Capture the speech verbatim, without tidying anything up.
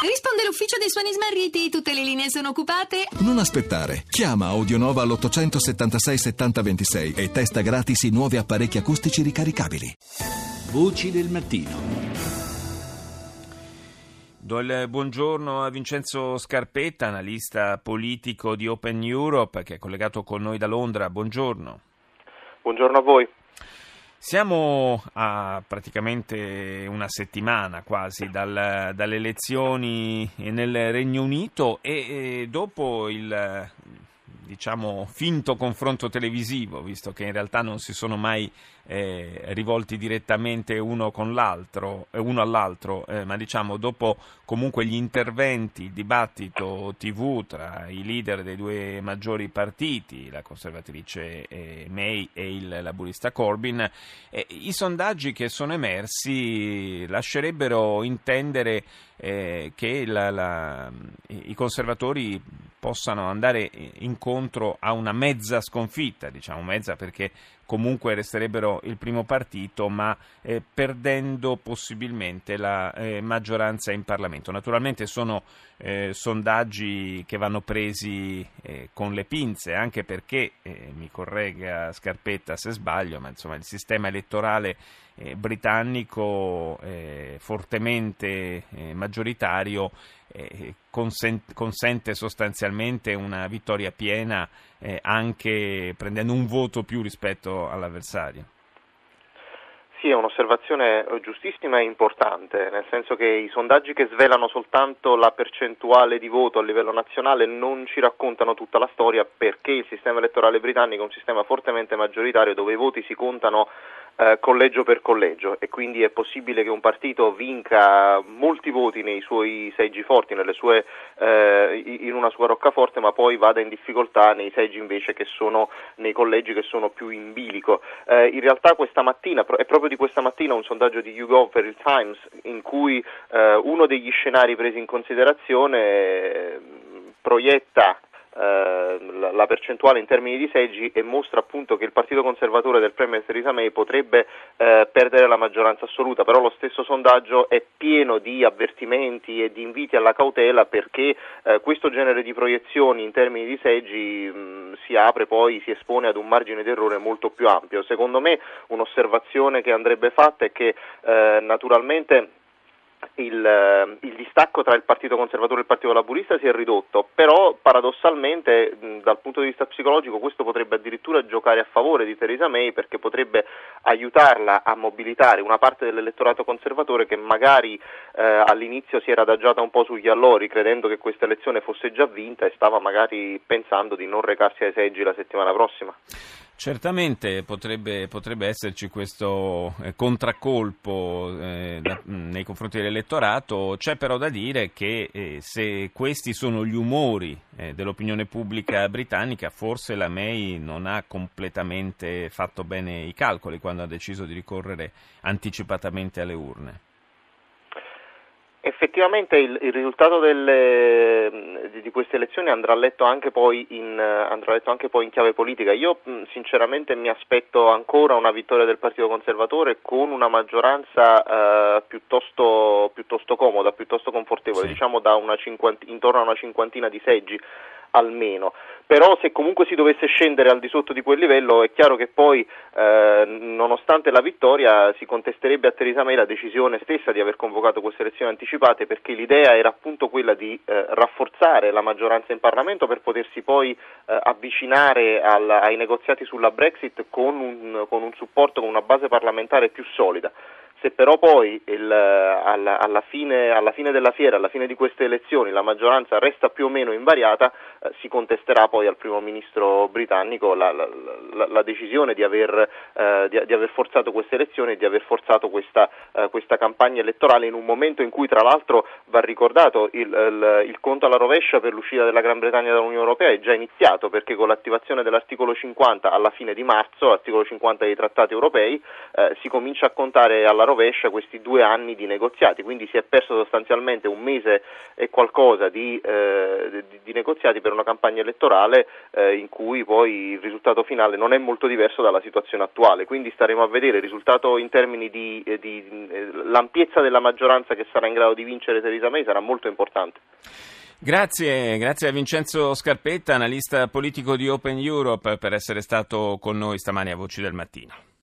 Risponde l'ufficio dei suoni smarriti, tutte le linee sono occupate. Non aspettare, chiama Audionova all'ottocentosettantasei settanta ventisei e testa gratis i nuovi apparecchi acustici ricaricabili. Voci del mattino. Do il buongiorno a Vincenzo Scarpetta, analista politico di Open Europe, che è collegato con noi da Londra. Buongiorno. Buongiorno a voi. Siamo a praticamente una settimana quasi dal, dalle elezioni nel Regno Unito e, e dopo il diciamo finto confronto televisivo, visto che in realtà non si sono mai eh, rivolti direttamente uno con l'altro, eh, uno all'altro, eh, ma diciamo dopo comunque gli interventi, il dibattito tivù tra i leader dei due maggiori partiti, la conservatrice eh, May e il laburista Corbyn, eh, i sondaggi che sono emersi lascerebbero intendere eh, che la, la, i conservatori possano andare incontro a una mezza sconfitta, diciamo mezza perché comunque resterebbero il primo partito, ma eh, perdendo possibilmente la eh, maggioranza in Parlamento. Naturalmente sono eh, sondaggi che vanno presi eh, con le pinze, anche perché, eh, mi corregga Scarpetta se sbaglio, ma insomma il sistema elettorale eh, britannico eh, fortemente eh, maggioritario eh, consent- consente sostanzialmente una vittoria piena eh, anche prendendo un voto più rispetto all'avversario. Sì, è un'osservazione giustissima e importante, nel senso che i sondaggi che svelano soltanto la percentuale di voto a livello nazionale non ci raccontano tutta la storia, perché il sistema elettorale britannico è un sistema fortemente maggioritario dove i voti si contano eh, collegio per collegio e quindi è possibile che un partito vinca molti voti nei suoi seggi forti, nelle sue, eh, in una sua roccaforte, ma poi vada in difficoltà nei seggi invece che sono nei collegi che sono più in bilico. Eh, in realtà questa mattina, è proprio di questa mattina un sondaggio di YouGov per il Times in cui eh, uno degli scenari presi in considerazione eh, proietta eh, la, la percentuale in termini di seggi e mostra appunto che il partito conservatore del Premier Theresa May potrebbe eh, perdere la maggioranza assoluta, però lo stesso sondaggio è pieno di avvertimenti e di inviti alla cautela perché eh, questo genere di proiezioni in termini di seggi mh, si apre poi, si espone ad un margine d'errore molto più ampio. Secondo me un'osservazione che andrebbe fatta è che eh, naturalmente Il, il distacco tra il partito conservatore e il partito laburista si è ridotto, però paradossalmente mh, dal punto di vista psicologico questo potrebbe addirittura giocare a favore di Theresa May, perché potrebbe aiutarla a mobilitare una parte dell'elettorato conservatore che magari eh, all'inizio si era adagiata un po' sugli allori credendo che questa elezione fosse già vinta e stava magari pensando di non recarsi ai seggi la settimana prossima. Certamente potrebbe, potrebbe esserci questo eh, contraccolpo eh, da, nei confronti dell'elettorato. C'è però da dire che eh, se questi sono gli umori eh, dell'opinione pubblica britannica, forse la May non ha completamente fatto bene i calcoli quando ha deciso di ricorrere anticipatamente alle urne. Effettivamente il, il risultato delle, di queste elezioni andrà letto anche poi in andrà letto anche poi in chiave politica. Io sinceramente mi aspetto ancora una vittoria del Partito Conservatore con una maggioranza eh, piuttosto piuttosto comoda, piuttosto confortevole, sì. diciamo da una cinquant- intorno a una cinquantina di seggi almeno. Però se comunque si dovesse scendere al di sotto di quel livello è chiaro che poi eh, nonostante la vittoria si contesterebbe a Theresa May la decisione stessa di aver convocato queste elezioni anticipate, perché l'idea era appunto quella di eh, rafforzare la maggioranza in Parlamento per potersi poi eh, avvicinare al, ai negoziati sulla Brexit con un, con un supporto, con una base parlamentare più solida. Se però poi il, alla, alla, fine, alla fine della fiera, alla fine di queste elezioni, la maggioranza resta più o meno invariata, eh, si contesterà poi al primo ministro britannico la, la, la, la decisione di aver, eh, di, di aver forzato queste elezioni e di aver forzato questa, eh, questa campagna elettorale in un momento in cui tra l'altro va ricordato il, il, il conto alla rovescia per l'uscita della Gran Bretagna dall'Unione Europea è già iniziato, perché con l'attivazione dell'articolo cinquanta alla fine di marzo, l'articolo cinquanta dei trattati europei, eh, si comincia a contare alla rovescia questi due anni di negoziati, quindi si è perso sostanzialmente un mese e qualcosa di, eh, di, di negoziati per una campagna elettorale eh, in cui poi il risultato finale non è molto diverso dalla situazione attuale, quindi staremo a vedere il risultato in termini di, eh, di eh, l'ampiezza della maggioranza che sarà in grado di vincere Theresa May sarà molto importante. Grazie, grazie a Vincenzo Scarpetta, analista politico di Open Europe, per essere stato con noi stamani a Voci del Mattino.